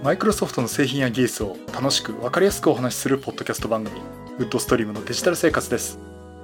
マイクロソフトの製品や技術を楽しく分かりやすくお話しするポッドキャスト番組、ウッドストリームのデジタル生活です。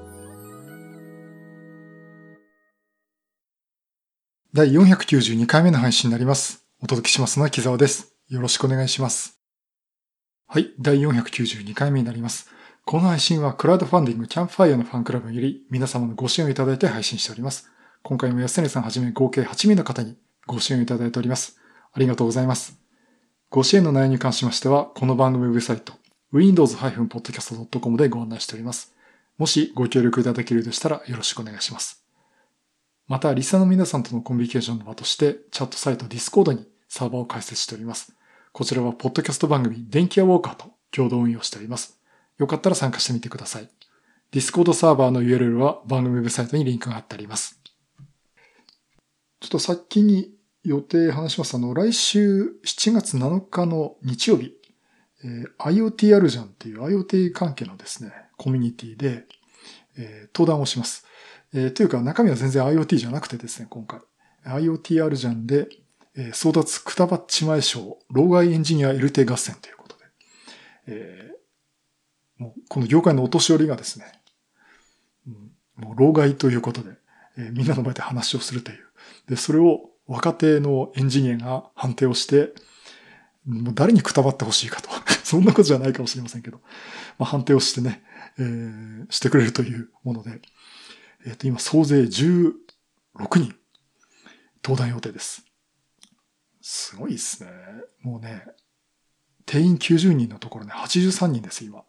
第492回目の配信になります。お届けしますのは木澤です。よろしくお願いします。はい、第492回目になります。この配信はクラウドファンディングキャンプファイヤーのファンクラブより皆様のご支援をいただいて配信しております。今回も安根さんはじめ合計8名の方にご支援をいただいております。ありがとうございます。ご支援の内容に関しましては、この番組ウェブサイト、windows-podcast.com でご案内しております。もしご協力いただけるでしたらよろしくお願いします。また、リスナーの皆さんとのコミュニケーションの場として、チャットサイト Discord にサーバーを開設しております。こちらは、ポッドキャスト番組、電気屋ウォーカーと共同運用しております。よかったら参加してみてください。Discord サーバーの URL は番組ウェブサイトにリンクが貼ってあります。ちょっと先に予定話します。来週7月7日の日曜日、IoT あるじゃんっていう IoT 関係のですね、コミュニティで、登壇をします。というか中身は全然 IoT じゃなくてですね、今回。IoT あるじゃんで、争奪くたばっちまえ賞、老害エンジニアエルテ合戦ということで、もうこの業界のお年寄りがですね、もう老害ということで、みんなの前で話をするという。で、それを若手のエンジニアが判定をして、もう誰にくたばってほしいかと。そんなことじゃないかもしれませんけど、判定をしてね、してくれるというもので、今総勢16人登壇予定です。すごいですね。もうね、定員90人のところね、83人です、今。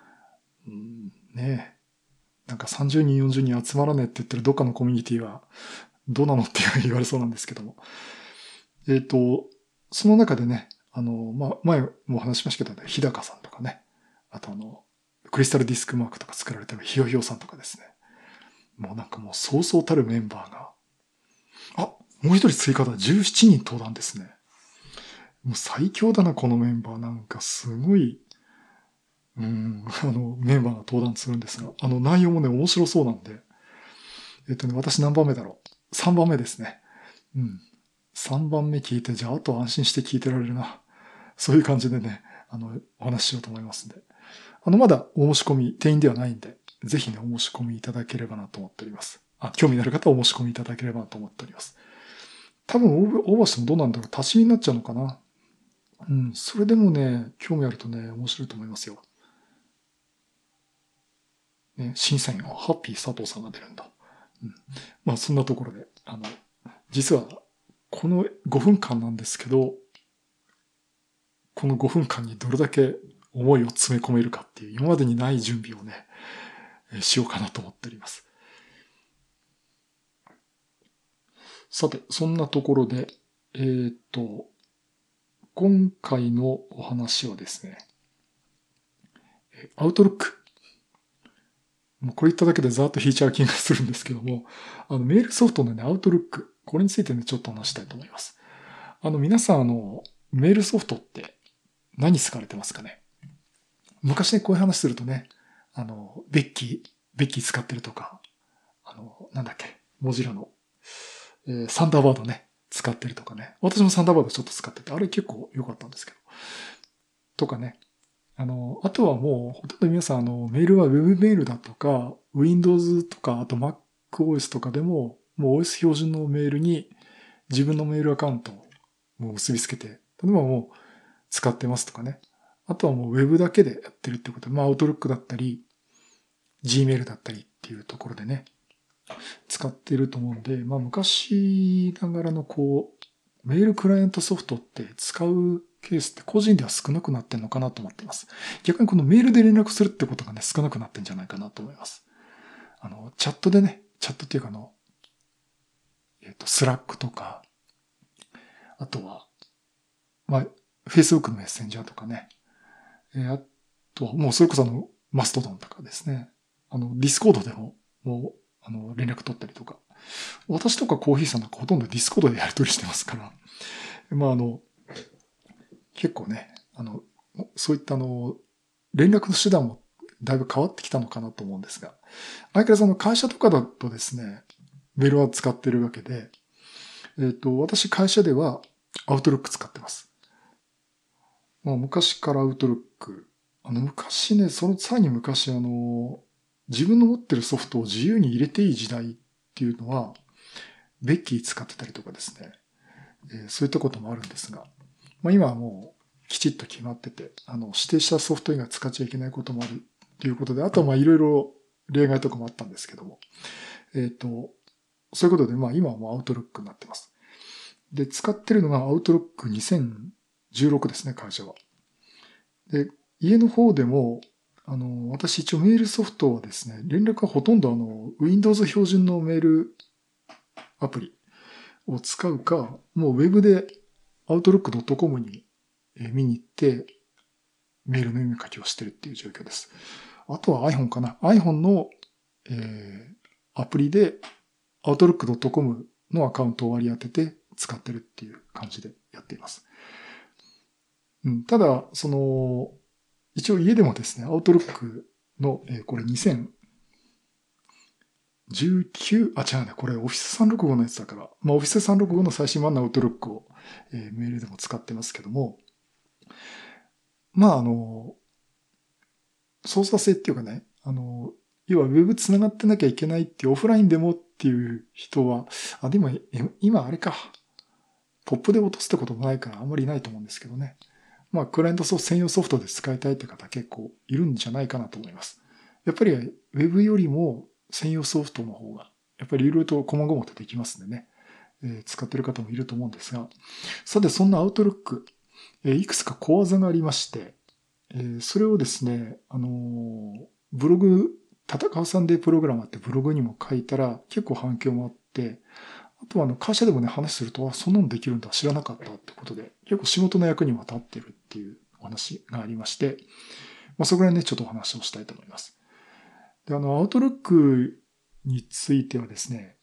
ねえ。なんか30人、40人集まらねえって言ってるどっかのコミュニティはどうなのって言われそうなんですけども。その中でね、前も話しましたけどね、日高さんとかね、あとクリスタルディスクマークとか作られてるひよひよさんとかですね。もうなんかもうそうそうたるメンバーが、もう一人追加だ、17人登壇ですね。もう最強だな、このメンバー。なんかすごい、メンバーが登壇するんですが、内容もね、面白そうなんで、私何番目だろう。3番目ですね。3番目聞いて、じゃあ、あと安心して聞いてられるな。そういう感じでね、お話ししようと思いますんで。まだお申し込み、定員ではないんで、ぜひね、お申し込みいただければなと思っております。興味のある方はお申し込みいただければなと思っております。多分、オーバーしてもどうなんだろう。足しになっちゃうのかな。それでもね、興味あるとね、面白いと思いますよ。ね、審査員はハッピー佐藤さんが出るんだ。そんなところで、実は、この5分間なんですけど、この5分間にどれだけ思いを詰め込めるかっていう、今までにない準備をね、しようかなと思っております。さて、そんなところで、今回のお話はですね、アウトロック。もうこれ言っただけでざーっと引いちゃう気がするんですけども、メールソフトのね、アウトロック。これについてね、ちょっと話したいと思います。皆さん、メールソフトって何使われてますかね？昔ね、こういう話するとね、ベッキー使ってるとか、なんだっけ、モジラの、サンダーバードね、使ってるとかね。私もサンダーバードちょっと使ってて、あれ結構良かったんですけど。とかね。あとはもう、ほとんど皆さん、メールは Web メールだとか、Windows とか、あと MacOS とかでも、もう OS 標準のメールに自分のメールアカウントをもう結びつけて、例えばもう使ってますとかね。あとはもう Web だけでやってるってことで、Outlook だったり、Gmail だったりっていうところでね、使ってると思うんで、昔ながらのメールクライアントソフトって使うケースって個人では少なくなってんのかなと思っています。逆にこのメールで連絡するってことがね、少なくなってんじゃないかなと思います。チャットでね、チャットっていうかスラックとか、あとは、Facebook のメッセンジャーとかね、あとはもうそれこそマストドンとかですね、ディスコードでも、もう、連絡取ったりとか、私とかコーヒーさんなんかほとんどディスコードでやり取りしてますから、結構ね、そういった連絡の手段もだいぶ変わってきたのかなと思うんですが、相変わらず会社とかだとですね、メールは使ってるわけで、私会社ではアウトロック使ってます。 昔からアウトロック、昔ね、そのさらに昔自分の持ってるソフトを自由に入れていい時代っていうのは、ベッキー使ってたりとかですね、そういったこともあるんですが、今はもうきちっと決まってて、指定したソフト以外使っちゃいけないこともあるということで、あとはいろいろ例外とかもあったんですけども、そういうことで、今はもうアウトロックになってます。で、使ってるのがアウトロック2016ですね、会社は。で、家の方でも、私一応メールソフトはですね、連絡はほとんどWindows 標準のメールアプリを使うか、もうウェブで outlook.com に見に行って、メールの読み書きをしてるっていう状況です。あとは iPhone かな。iPhone の、アプリで outlook.com のアカウントを割り当てて使ってるっていう感じでやっています。ただ、一応家でもですね、Outlook の、これ2019、違うね、これ Office 365のやつだから、Office 365の最新版の Outlook を、メールでも使ってますけども、操作性っていうかね、要は Web 繋がってなきゃいけないっていうオフラインでもっていう人は、でも今あれか、ポップで落とすってこともないからあんまりいないと思うんですけどね。クライアント専用ソフトで使いたいって方結構いるんじゃないかなと思います。やっぱり Web よりも専用ソフトの方が、やっぱりいろいろと細々とできますんでね、使ってる方もいると思うんですが、さてそんな Outlook、いくつか小技がありまして、それをですね、ブログ、戦うサンデープログラマーってブログにも書いたら結構反響もあって、あとは会社でもね、話すると、そんなのできるんだ、知らなかったってことで、結構仕事の役にも立ってるっていうお話がありまして、そこら辺ね、ちょっとお話をしたいと思います。で、アウトロックについてはですね、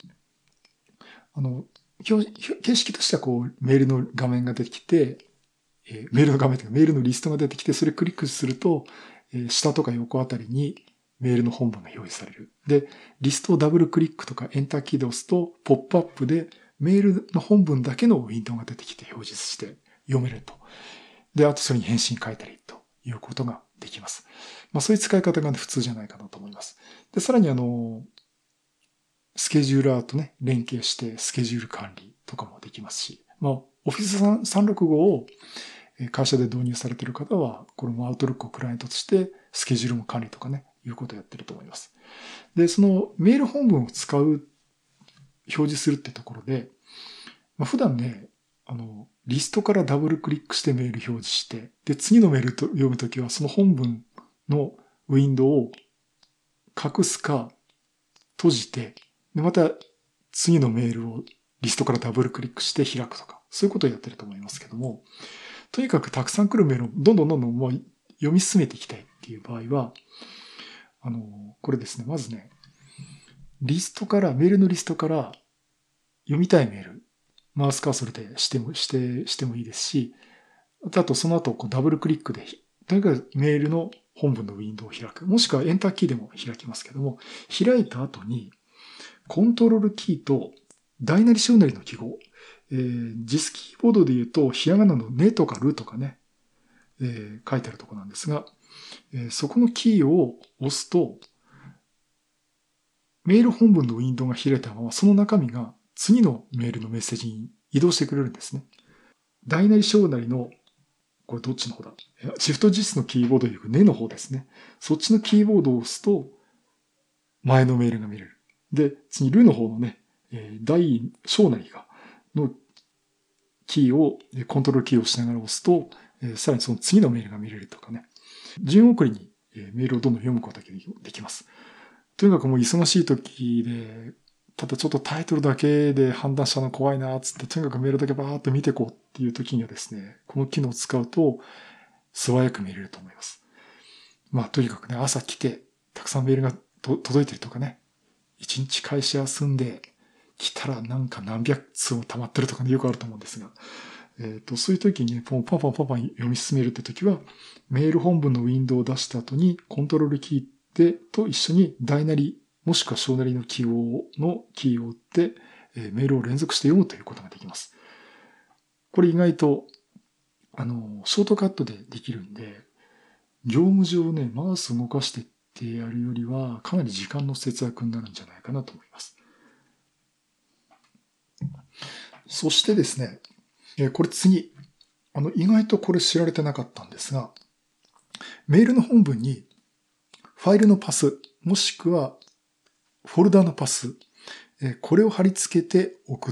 形式としてはメールの画面が出てきて、メールの画面というかメールのリストが出てきて、それクリックすると、下とか横あたりにメールの本文が表示される。で、リストをダブルクリックとかエンターキーで押すと、ポップアップでメールの本文だけのウィンドウが出てきて表示して読めると。で、あとそれに返信書いたりということができます。そういう使い方が、普通じゃないかなと思います。で、さらにスケジューラーとね、連携してスケジュール管理とかもできますし、Office 365を会社で導入されている方は、これもアウトロックをクライアントとしてスケジュールも管理とかね、いうことをやってると思います。で、そのメール本文を使う、表示するってところで、普段ね、リストからダブルクリックしてメール表示して、で、次のメールと読むときはその本文のウィンドウを隠すか閉じて、で、また次のメールをリストからダブルクリックして開くとか、そういうことをやってると思いますけども、とにかくたくさん来るメールをどんどんもう読み進めていきたいっていう場合は、これですね、まずね、メールのリストから読みたいメール、マウスカーソルでしてもいいですし、あとその後ダブルクリックで、とにかくメールの本文のウィンドウを開く。もしくはエンターキーでも開きますけども、開いた後に、コントロールキーと大なり小なりの記号、JIS キーボードで言うと、ひらがなのねとかるとかね、書いてあるところなんですが、そこのキーを押すと、メール本文のウィンドウが開いたまま、その中身が次のメールのメッセージに移動してくれるんですね。大なり小なりの、これどっちの方だ？シフトJISのキーボードで言うねの方ですね。そっちのキーボードを押すと、前のメールが見れる。で、次、ルの方のね、大小なりのキーを、コントロールキーを押しながら押すと、さらにその次のメールが見れるとかね。順送りにメールをどんどん読むことができます。とにかくもう忙しい時で、ただちょっとタイトルだけで判断したの怖いなーつって、とにかくメールだけバーっと見ていこうっていう時にはですね、この機能を使うと素早く見れると思います。とにかくね、朝来て、たくさんメールが届いてるとかね、一日会社休んで来たらなんか何百通も溜まってるとかね、よくあると思うんですが、そういう時にね、パンパン読み進めるって時は、メール本文のウィンドウを出した後に、コントロールキーと一緒に大なり、もしくは小なりの記号のキーを打って、メールを連続して読むということができます。これ意外と、 ショートカットでできるんで、業務上ね、マウス動かしてってやるよりは、かなり時間の節約になるんじゃないかなと思います。そしてですね、これ次、意外とこれ知られてなかったんですが、メールの本文に、ファイルのパス、もしくは、フォルダのパス、これを貼り付けて送って、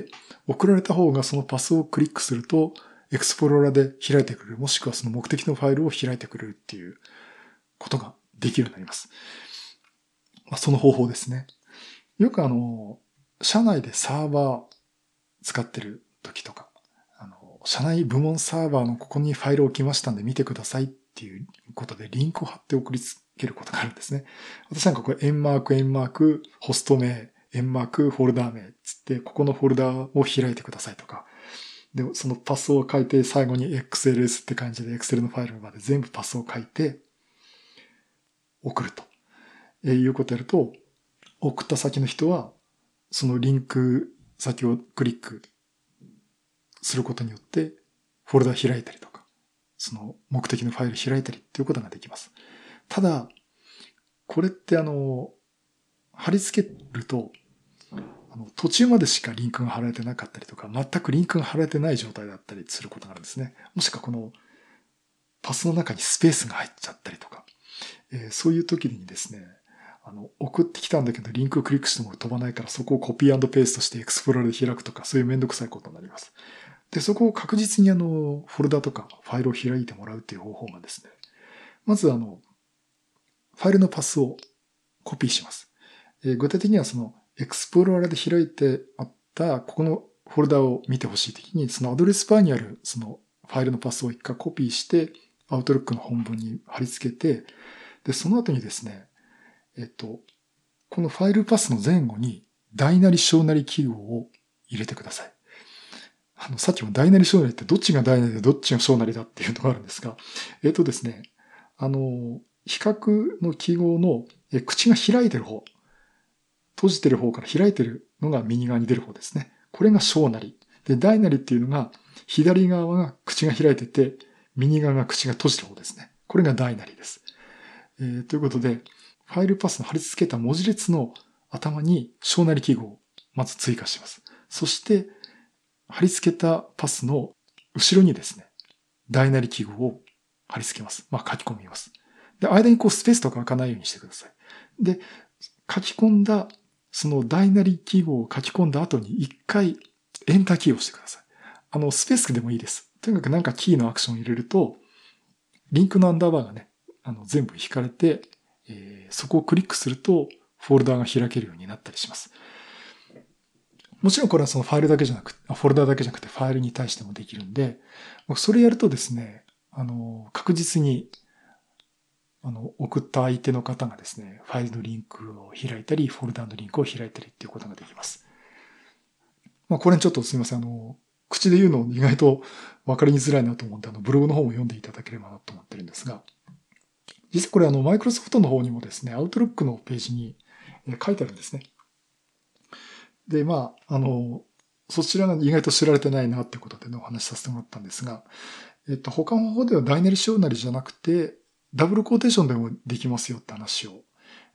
送られた方がそのパスをクリックすると、エクスプローラーで開いてくれる、もしくはその目的のファイルを開いてくれるっていうことができるようになります。その方法ですね。よく社内でサーバー使ってる時とか、社内部門サーバーのここにファイルを置きましたんで見てくださいっていうことでリンクを貼って送りつけることがあるんですね。私なんかこれ円マーク、ホスト名、円マーク、フォルダ名つって、ここのフォルダを開いてくださいとか、で、そのパスを書いて最後に XLS って感じで Excel のファイルまで全部パスを書いて送ると。いうことをやると、送った先の人は、そのリンク先をクリックすることによって、フォルダ開いたりとか、その目的のファイル開いたりっていうことができます。ただ、これって貼り付けると、途中までしかリンクが貼られてなかったりとか、全くリンクが貼られてない状態だったりすることがあるんですね。もしくはこのパスの中にスペースが入っちゃったりとか、そういう時にですね、送ってきたんだけどリンクをクリックしても飛ばないからそこをコピー&ペーストしてエクスプローラーで開くとかそういうめんどくさいことになります。で、そこを確実にフォルダとかファイルを開いてもらうっていう方法がですね、まずファイルのパスをコピーします。具体的にはそのエクスプローラーで開いてあったここのフォルダを見てほしいときにそのアドレスバーにあるそのファイルのパスを一回コピーしてアウトロックの本文に貼り付けて、で、その後にですね、このファイルパスの前後に大なり小なり記号を入れてください。さっきも大なり小なりってどっちが大なりでどっちが小なりだっていうのがあるんですが、ですね、比較の記号の口が開いてる方、閉じてる方から開いてるのが右側に出る方ですね。これが小なり。で、大なりっていうのが左側が口が開いてて、右側が口が閉じてる方ですね。これが大なりです。ということで、ファイルパスの貼り付けた文字列の頭に小なり記号をまず追加します。そして、貼り付けたパスの後ろにですね、大なり記号を貼り付けます。書き込みます。で、間にスペースとか開かないようにしてください。で、書き込んだ、その大なり記号を書き込んだ後に一回エンターキーを押してください。スペースでもいいです。とにかくなんかキーのアクションを入れると、リンクのアンダーバーがね、全部引かれて、そこをクリックするとフォルダが開けるようになったりします。もちろんこれはそのファイルだけじゃなくて、フォルダだけじゃなくてファイルに対してもできるんで、それやるとですね、確実に、送った相手の方がですね、ファイルのリンクを開いたり、フォルダのリンクを開いたりっていうことができます。これちょっとすみません。口で言うの意外と分かりづらいなと思って、ブログの方も読んでいただければなと思ってるんですが、実はこれマイクロソフトの方にもですね、アウトロックのページに書いてあるんですね。で、そちらが意外と知られてないなっていうことで、ね、お話しさせてもらったんですが、他の方では大なり小なりじゃなくて、ダブルコーテーションでもできますよって話を、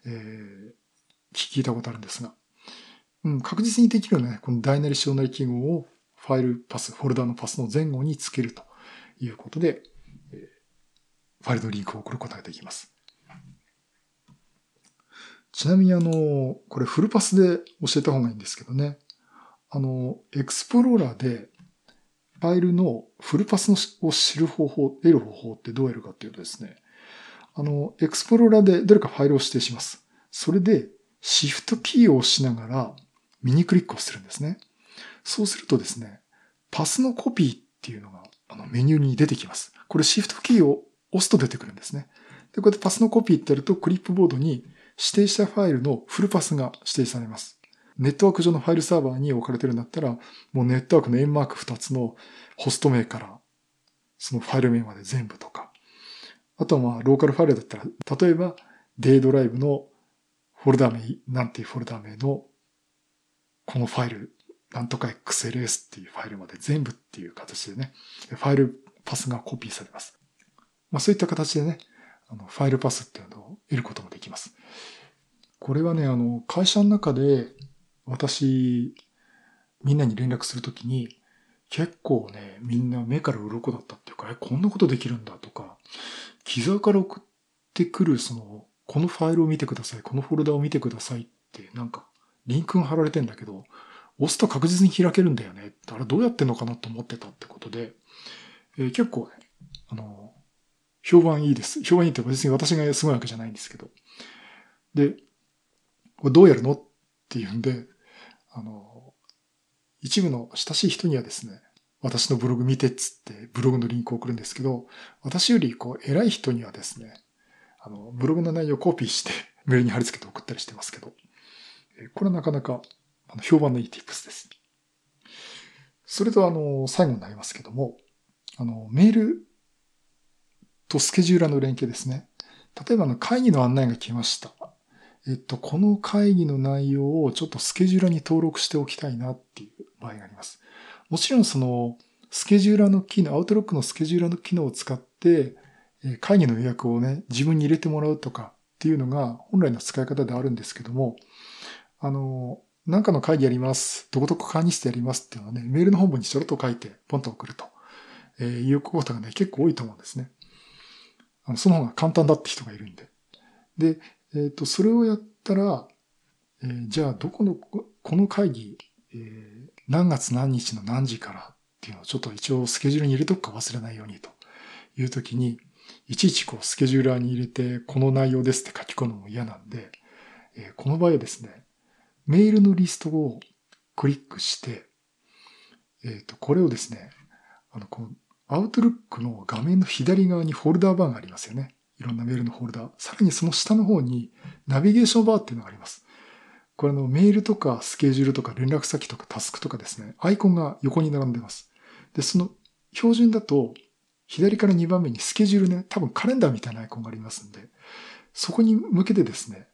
聞いたことあるんですが、確実にできるのはね、この大なり小なり記号をファイルパス、フォルダのパスの前後につけるということで、ファイルのリンクを送ることができます。ちなみにこれフルパスで教えた方がいいんですけどね。エクスプローラーでファイルのフルパスを知る方法、得る方法ってどうやるかっていうとですね。エクスプローラーでどれかファイルを指定します。それでシフトキーを押しながらミニクリックをするんですね。そうするとですね、パスのコピーっていうのがメニューに出てきます。これシフトキーを押すと出てくるんですね。で、こうやってパスのコピーってやるとクリップボードに指定したファイルのフルパスが指定されます。ネットワーク上のファイルサーバーに置かれてるんだったら、もうネットワークの円マーク2つのホスト名からそのファイル名まで全部とか、あとはローカルファイルだったら、例えば D ドライブのフォルダ名、なんていうフォルダ名のこのファイル、なんとか XLS っていうファイルまで全部っていう形でね、ファイルパスがコピーされます。そういった形でね、ファイルパスっていうのを得ることもできます。これはね、会社の中で私、みんなに連絡するときに、結構ね、みんな目から鱗だったっていうか、こんなことできるんだとか、木沢から送ってくる、このファイルを見てください、このフォルダを見てくださいって、リンクが貼られてんだけど、押すと確実に開けるんだよね。あれどうやってんのかなと思ってたってことで、結構ね、評判いいです。評判いいって別に私がすごいわけじゃないんですけど。で、これどうやるのっていうんで、一部の親しい人にはですね、私のブログ見てっつってブログのリンクを送るんですけど、私より偉い人にはですね、ブログの内容をコピーしてメールに貼り付けて送ったりしてますけど、これはなかなか評判のいい tips です。それと最後になりますけども、メールとスケジューラーの連携ですね。例えば会議の案内が来ました。この会議の内容をちょっとスケジューラーに登録しておきたいなっていう場合があります。もちろんスケジューラーの機能、アウトロックのスケジューラーの機能を使って、会議の予約をね、自分に入れてもらうとかっていうのが本来の使い方であるんですけども、なんかの会議やります。どこどこ会議室やりますっていうのはね、メールの本文にちょろっと書いてポンと送ると、いうことがね、結構多いと思うんですね。その方が簡単だって人がいるんで。で、それをやったら、じゃあこの会議、何月何日の何時からっていうのをちょっと一応スケジュールに入れとくか忘れないようにというときに、いちいちスケジューラーに入れて、この内容ですって書き込むのも嫌なんで、この場合はですね、メールのリストをクリックして、これをですね、このアウトルックの画面の左側にフォルダーバーがありますよね。いろんなメールのフォルダー。さらにその下の方にナビゲーションバーっていうのがあります。これメールとかスケジュールとか連絡先とかタスクとかですね、アイコンが横に並んでます。で、その標準だと左から2番目にスケジュールね、多分カレンダーみたいなアイコンがありますんで、そこに向けてですね、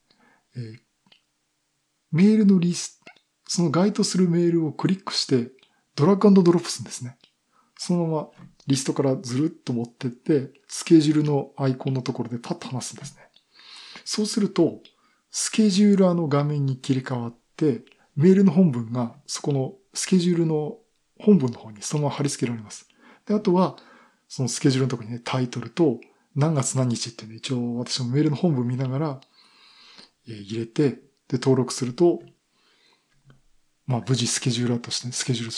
メールのリスト、その該当するメールをクリックしてドラッグ&ドロップするんですね。そのままリストからずるっと持ってって、スケジュールのアイコンのところでパッと離すんですね。そうすると、スケジューラーの画面に切り替わって、メールの本文がそこのスケジュールの本文の方にそのまま貼り付けられます。で、あとは、そのスケジュールのところにね、タイトルと何月何日っていうのを一応私もメールの本文見ながら入れて、で、登録すると、無事スケジュールとして、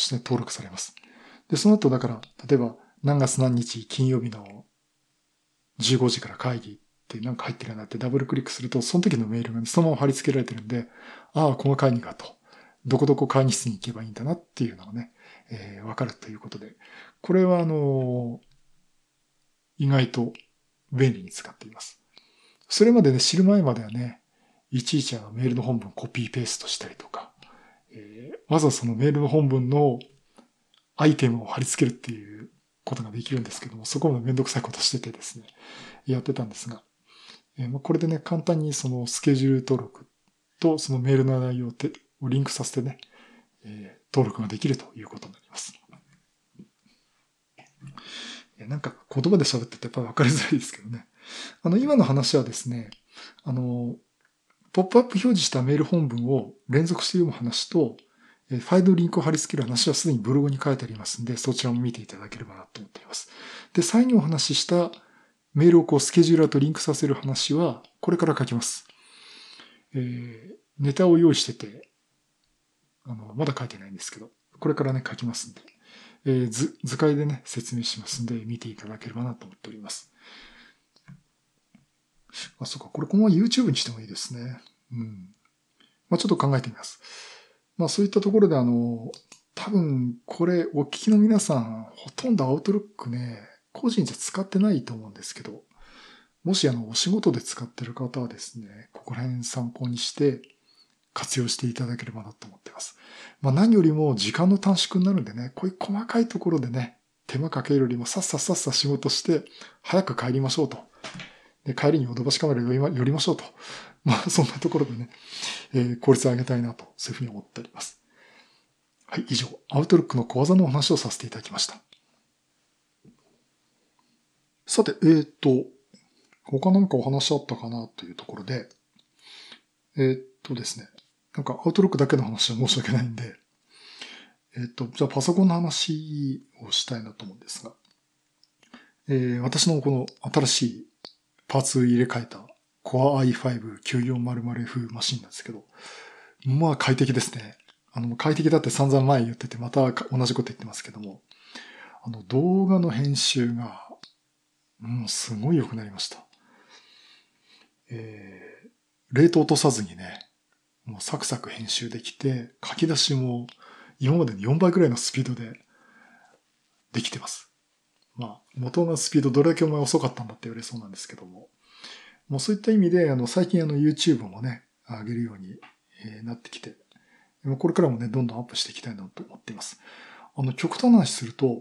登録されます。で、その後だから、例えば何月何日金曜日の15時から会議って入ってるようになってダブルクリックすると、その時のメールがそのまま貼り付けられてるんで、ああ、この会議がと、どこどこ会議室に行けばいいんだなっていうのがね、わかるということで、これは意外と便利に使っています。それまでね、知る前まではね、いちいちメールの本文コピーペーストしたりとか、わざわざそのメールの本文のアイテムを貼り付けるっていうことができるんですけども、そこまでめんどくさいことしててですね、やってたんですが、これでね、簡単にそのスケジュール登録とそのメールの内容をリンクさせてね、登録ができるということになります。言葉で喋っててやっぱり分かりづらいですけどね。今の話はですね、ポップアップ表示したメール本文を連続して読む話と、ファイルのリンクを貼り付ける話はすでにブログに書いてありますので、そちらも見ていただければなと思っています。で、最後お話ししたメールをスケジューラーとリンクさせる話は、これから書きます。ネタを用意してて、まだ書いてないんですけど、これからね、書きますんで、図解でね、説明しますんで、見ていただければなと思っております。そうか、このまま YouTube にしてもいいですね。ちょっと考えてみます。そういったところで多分これお聞きの皆さん、ほとんどアウトロックね、個人じゃ使ってないと思うんですけど、もしお仕事で使ってる方はですね、ここら辺参考にして活用していただければなと思っています。何よりも時間の短縮になるんでね、こういう細かいところでね、手間かけるよりもさっさ仕事して早く帰りましょうと。で帰りにヨドバシカメラ寄りましょうと。そんなところでね、効率を上げたいなと、そういうふうに思っております。はい、以上、アウトロックの小技のお話をさせていただきました。 さて、他なんかお話あったかなというところで、ですね。なんかアウトロックだけの話は申し訳ないんで、じゃあパソコンの話をしたいなと思うんですが、私のこの新しいパーツ入れ替えた Core i5-9400F マシンなんですけど、まあ快適ですね。快適だって散々前言ってて、また同じこと言ってますけども、動画の編集が、すごい良くなりました。レート落とさずにね、もうサクサク編集できて、書き出しも今までの4倍くらいのスピードでできてます。まあ、元のスピードどれだけお前遅かったんだって言われそうなんですけども、もうそういった意味で、最近YouTube もね、上げるようになってきて、これからもね、どんどんアップしていきたいなと思っています。極端な話すると、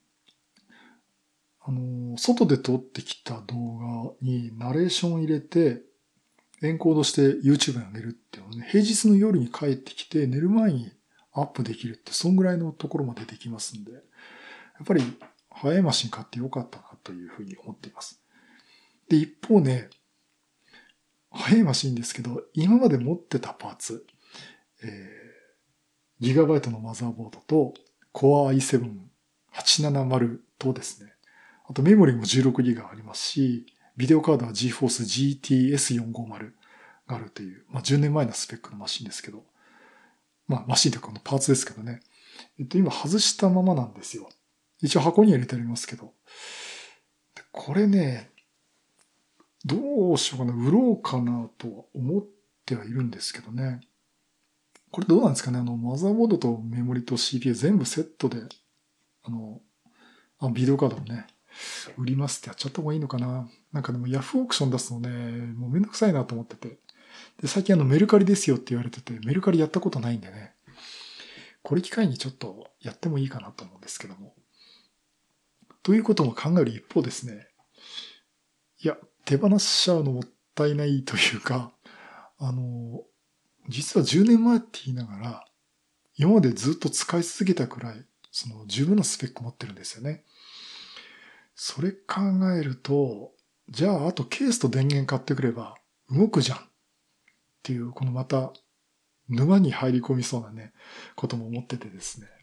外で撮ってきた動画にナレーションを入れて、エンコードして YouTube に上げるっていうのをね、平日の夜に帰ってきて寝る前にアップできるって、そんぐらいのところまでできますんで、やっぱり早いマシン買ってよかったなというふうに思っています。で、一方ね、早いマシンですけど、今まで持ってたパーツ、ギガバイトのマザーボードと Core i7-870 とですね、あとメモリも16ギガありますし、ビデオカードは GeForce GTS450 があるという、10年前のスペックのマシンですけど、マシンというかこのパーツですけどね。今外したままなんですよ。一応箱には入れてありますけど。これね、どうしようかな、売ろうかなとは思ってはいるんですけどね。これどうなんですかね、マザーボードとメモリと CPU 全部セットで、ビデオカードもね、売りますってやっちゃった方がいいのかな。なんかでもヤフーオークション出すのね、もうめんどくさいなと思ってて。で、最近メルカリですよって言われてて、メルカリやったことないんでね。これ機会にちょっとやってもいいかなと思うんですけども。ということも考える一方ですね。いや、手放しちゃうのもったいないというか、実は10年前って言いながら、今までずっと使い続けたくらい、十分なスペック持ってるんですよね。それ考えると、じゃああとケースと電源買ってくれば動くじゃんっていう、このまた沼に入り込みそうなね、ことも思っててですね。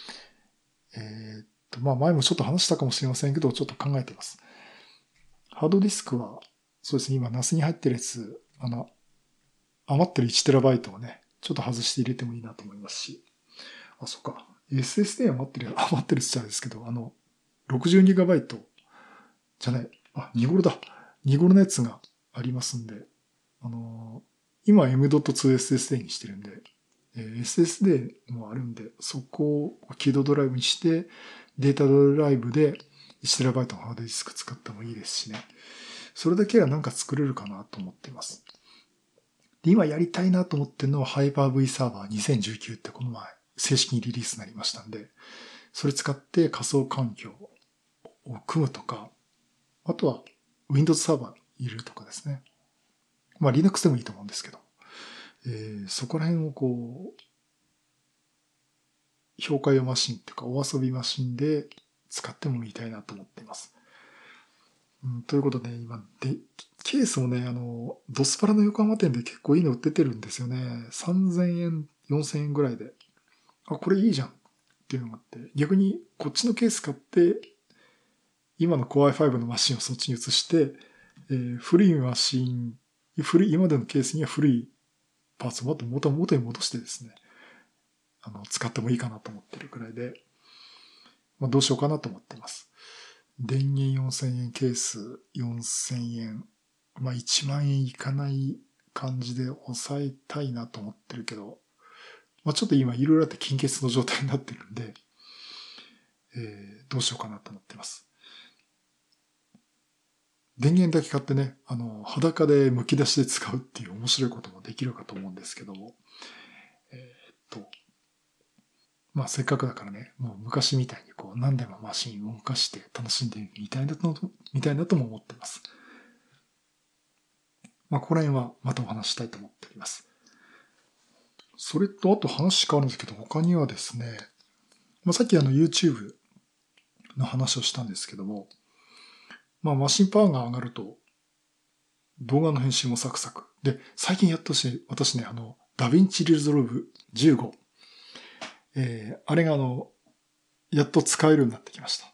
前もちょっと話したかもしれませんけど、ちょっと考えています。ハードディスクは、そうですね、今 NAS に入ってるやつ、余ってる 1TB をね、ちょっと外して入れてもいいなと思いますし。そっか。SSD 余ってるっちゃあれですけど、62GB じゃない、ニゴロだ。ニゴロのやつがありますんで、今 M.2 SSD にしてるんで、SSD もあるんで、そこを起動ドライブにして、データドライブで 1TB のハードディスク使ってもいいですしね。それだけはなんか作れるかなと思っています。で、今やりたいなと思ってるのは Hyper-V サーバー2019ってこの前正式にリリースになりましたんで、それ使って仮想環境を組むとか、あとは Windows サーバー入れるとかですね。Linux でもいいと思うんですけど、そこら辺を評価用マシンっていうかお遊びマシンで使ってもみたいなと思っています。ということで、今ケースもね、ドスパラの横浜店で結構いいの売っててるんですよね。3000円、4000円ぐらいで。これいいじゃんっていうのがあって、逆にこっちのケース買って、今の Core i5 のマシンをそっちに移して、古いマシン、今までのケースには古いパーツを元に戻してですね、使ってもいいかなと思ってるくらいで、どうしようかなと思っています。電源4000円、ケース4000円、1万円いかない感じで抑えたいなと思ってるけど、ちょっと今いろいろあって金欠の状態になってるんで、どうしようかなと思ってます。電源だけ買ってね、裸で剥き出しで使うっていう面白いこともできるかと思うんですけども、せっかくだからね、もう昔みたいに何台もマシンを動かして楽しんでみたいなとも思ってます。ここら辺はまたお話したいと思っております。それと、あと話変わるんですけど、他にはですね、さっきYouTube の話をしたんですけども、 まあマシンパワーが上がると動画の編集もサクサク。で、最近やっと私ね、ダヴィンチリゾルブ15。あれがやっと使えるようになってきました。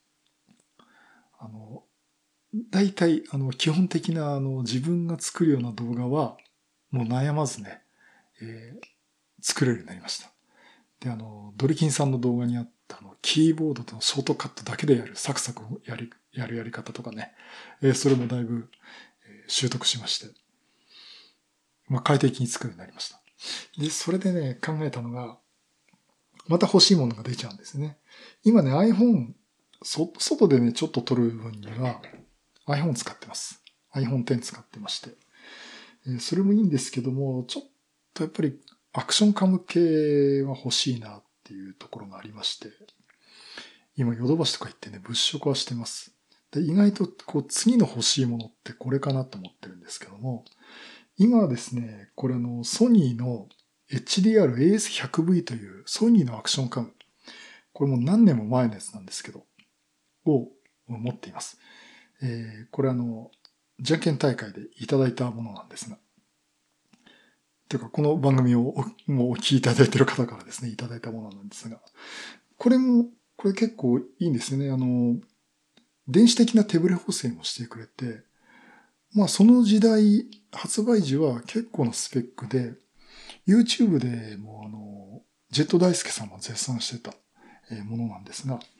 大体、基本的な、自分が作るような動画は、もう悩まずね、作れるようになりました。で、ドリキンさんの動画にあったキーボードとのショートカットだけでやる、サクサクやるやり方とかね、それもだいぶ、習得しまして、まあ、快適に作るようになりました。で、それでね、考えたのが、また欲しいものが出ちゃうんですね。今ね、iPhone、外でね、ちょっと撮る分には、iPhone 使ってます。iPhone X 使ってまして。それもいいんですけども、ちょっとやっぱりアクションカム系は欲しいなっていうところがありまして、今ヨドバシとか行ってね、物色はしてます。で、意外とこう次の欲しいものってこれかなと思ってるんですけども、今はですね、これソニーの HDR-AS100V というソニーのアクションカム。これも何年も前のやつなんですけど、を持っています。これじゃんけん大会でいただいたものなんですが。というか、この番組をもうお聞きいただいている方からですね、いただいたものなんですが。これ結構いいんですよね。電子的な手ブレ補正もしてくれて、まあその時代、発売時は結構なスペックで、YouTube でもジェット大輔さんも絶賛してたものなんですが、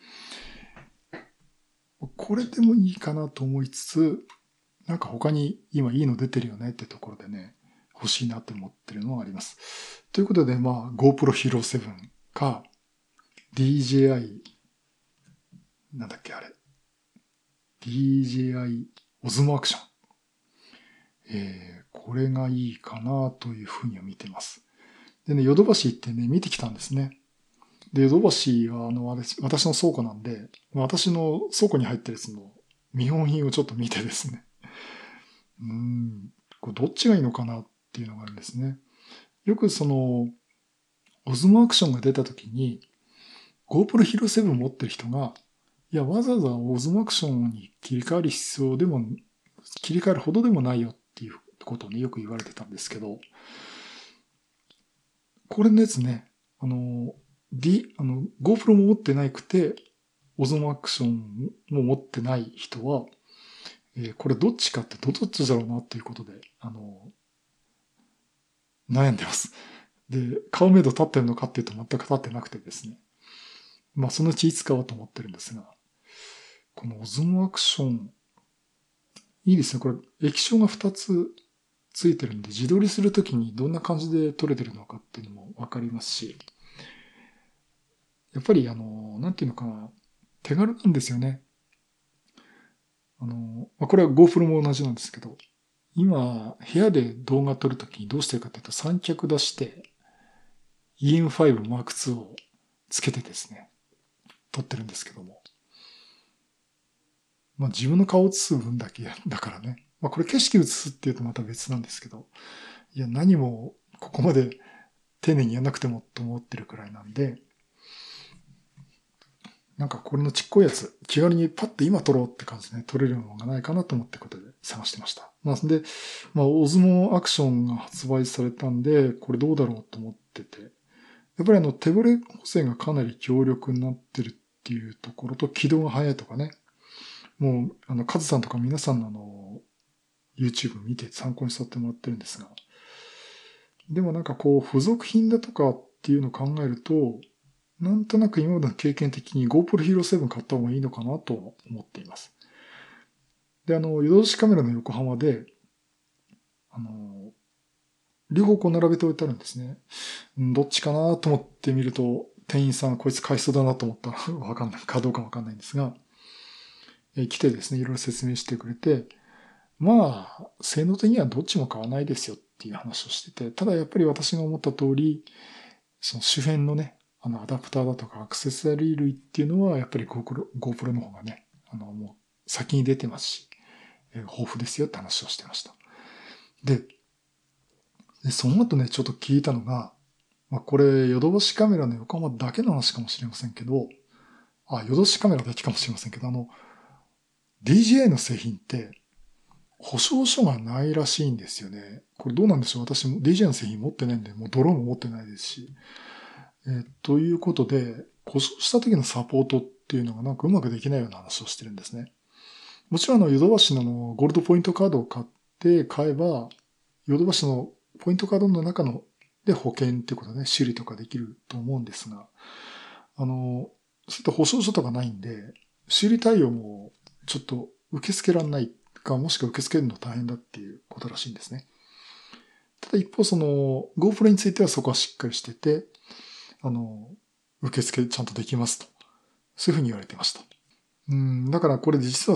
これでもいいかなと思いつつ、なんか他に今いいの出てるよねってところでね、欲しいなって思ってるのがあります。ということで、まあ GoPro Hero 7か DJI、なんだっけあれ。DJI Osmo Action。これがいいかなというふうには見てます。でね、ヨドバシ行ってね、見てきたんですね。で、ヨドバシは私の倉庫なんで、私の倉庫に入ってるやつの見本品をちょっと見てですね。これどっちがいいのかなっていうのがあるんですね。よくオズモアクションが出た時に、GoPro Hero 7持ってる人が、いや、わざわざオズモアクションに切り替わる必要でも、切り替えるほどでもないよっていうことをね、よく言われてたんですけど、これのやつね、GoPro も持ってなくて、オズモアクションも持ってない人は、これどっちかってどっちだろうなっていうことで、悩んでます。で、顔目処立ってるのかっていうと全く立ってなくてですね。まあそのうちいつかはと思ってるんですが、このオズモアクション、いいですね。これ液晶が2つついてるんで、自撮りするときにどんな感じで撮れてるのかっていうのもわかりますし、やっぱりなんていうのかな、手軽なんですよね。これは GoPro も同じなんですけど、今、部屋で動画撮るときにどうしてるかというと、三脚出して、EM5 Mark II をつけてですね、撮ってるんですけども。まあ自分の顔を映す分だけだからね。まあこれ景色映すっていうとまた別なんですけど、いや何もここまで丁寧にやんなくてもと思ってるくらいなんで、なんかこれのちっこいやつ、気軽にパッと今撮ろうって感じでね、撮れるのがないかなと思ってことで探してました。まあで、まあオズモアクションが発売されたんで、これどうだろうと思ってて、やっぱり手ブレ補正がかなり強力になってるっていうところと、起動が早いとかね、もう、カズさんとか皆さんのYouTube 見て参考にさせてもらってるんですが、でもなんかこう、付属品だとかっていうのを考えると、なんとなく今までの経験的に GoPro Hero 7買った方がいいのかなと思っています。で、夜通しカメラの横浜で、両方こう並べておいてあるんですね。どっちかなと思ってみると、店員さんこいつ買いそうだなと思ったらわかんない、かどうかわかんないんですが、来てですね、いろいろ説明してくれて、まあ、性能的にはどっちも買わないですよっていう話をしてて、ただやっぱり私が思った通り、その周辺のね、アダプターだとかアクセサリー類っていうのは、やっぱり GoPro の方がね、もう先に出てますし、豊富ですよって話をしてました。で、その後ね、ちょっと聞いたのが、まあこれ、ヨドバシカメラの横浜だけの話かもしれませんけど、ヨドバシカメラだけかもしれませんけど、 DJI の製品って保証書がないらしいんですよね。これどうなんでしょう。私も DJI の製品持ってないんで、もうドローンも持ってないですし。ということで、故障した時のサポートっていうのがなんかうまくできないような話をしてるんですね。もちろんヨドバシのゴールドポイントカードを買えば、ヨドバシのポイントカードの中ので保険っていうことでね、修理とかできると思うんですが、そういった保証書とかないんで、修理対応もちょっと受け付けられないか、もしくは受け付けるの大変だっていうことらしいんですね。ただ一方GoPro についてはそこはしっかりしてて、受付ちゃんとできますと。そういうふうに言われてました。だからこれ実は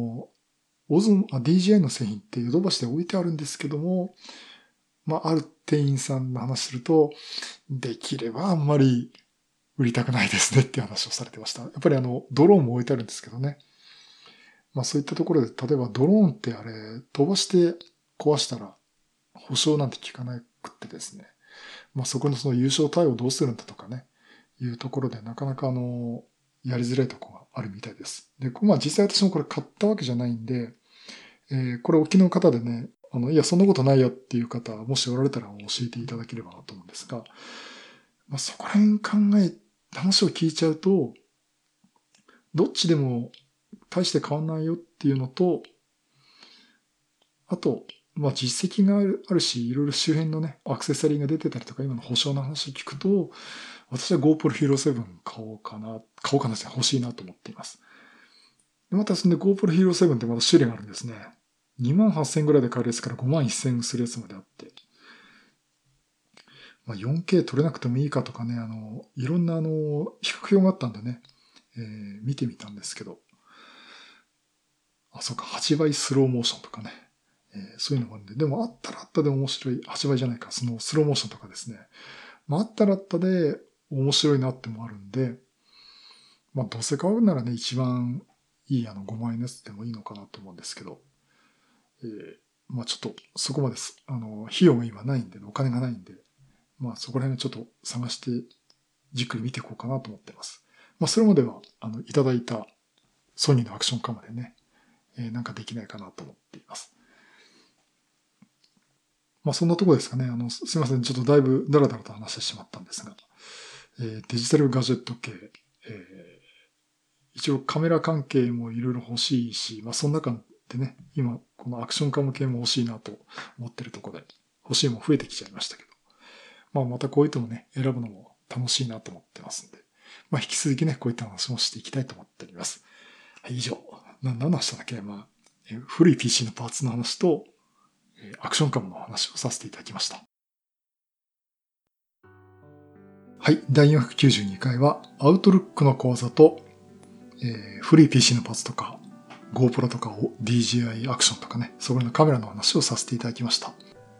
DJI の製品ってヨドバシで置いてあるんですけども、ある店員さんの話すると、できればあんまり売りたくないですねっていう話をされてました。やっぱりドローンも置いてあるんですけどね。そういったところで、例えばドローンってあれ、飛ばして壊したら保証なんて効かなくってですね。そこの優勝対応どうするんだとかね、いうところでなかなかやりづらいところがあるみたいです。で、実際私もこれ買ったわけじゃないんで、これ沖の方でね、いや、そんなことないよっていう方、もしおられたら教えていただければなと思うんですが、そこら辺話を聞いちゃうと、どっちでも大して変わんないよっていうのと、あと、実績があるし、いろいろ周辺のね、アクセサリーが出てたりとか、今の保証の話聞くと、私は GoPro Hero 7買おうかなですね、欲しいなと思っています。でまたそんで GoPro Hero 7ってまた種類があるんですね。28,000ぐらいで買えるやつから51,000するやつまであって。4K 撮れなくてもいいかとかね、いろんな比較表があったんでね、見てみたんですけど、そうか、8倍スローモーションとかね、そういうのがあるんで、でもあったらあったで面白い、8倍じゃないか、そのスローモーションとかですね、あったらあったで面白いなってもあるんで、どうせ買うならね、一番いい5万円のやつでもいいのかなと思うんですけど、ちょっとそこまで費用が今ないんで、お金がないんで、そこら辺をちょっと探してじっくり見ていこうかなと思っています。それまでは、いただいたソニーのアクションカマでね、なんかできないかなと思っています。そんなとこですかね。すいません。ちょっとだいぶダラダラと話してしまったんですが、デジタルガジェット系、一応カメラ関係もいろいろ欲しいし、その中でね、今、このアクションカム系も欲しいなと思ってるところで、欲しいも増えてきちゃいましたけど、またこういったのね、選ぶのも楽しいなと思ってますんで、引き続きね、こういった話もしていきたいと思っております。はい、以上。何の話したんだっけ？古い PC のパーツの話と、アクションカムの話をさせていただきました。はい、第492回は、アウトルックの講座と、古い PC のパーツとか、GoPro とかを DJI アクションとかね、そこのカメラの話をさせていただきました。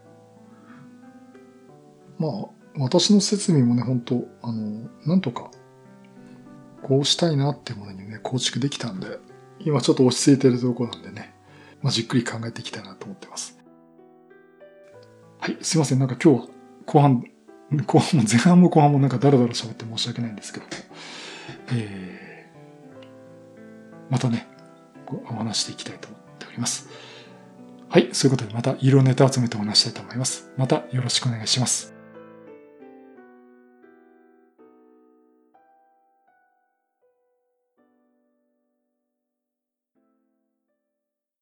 私の設備もね、本当なんとか、こうしたいなっていうものにね、構築できたんで、今ちょっと落ち着いてるところなんでね、じっくり考えていきたいなと思ってます。はい、すいません。なんか今日、後半も前半も後半もなんかダラダラ喋って申し訳ないんですけど、またね、お話していきたいと思っております。はい、そういうことでまた色ネタ集めてお話したいと思います。またよろしくお願いします。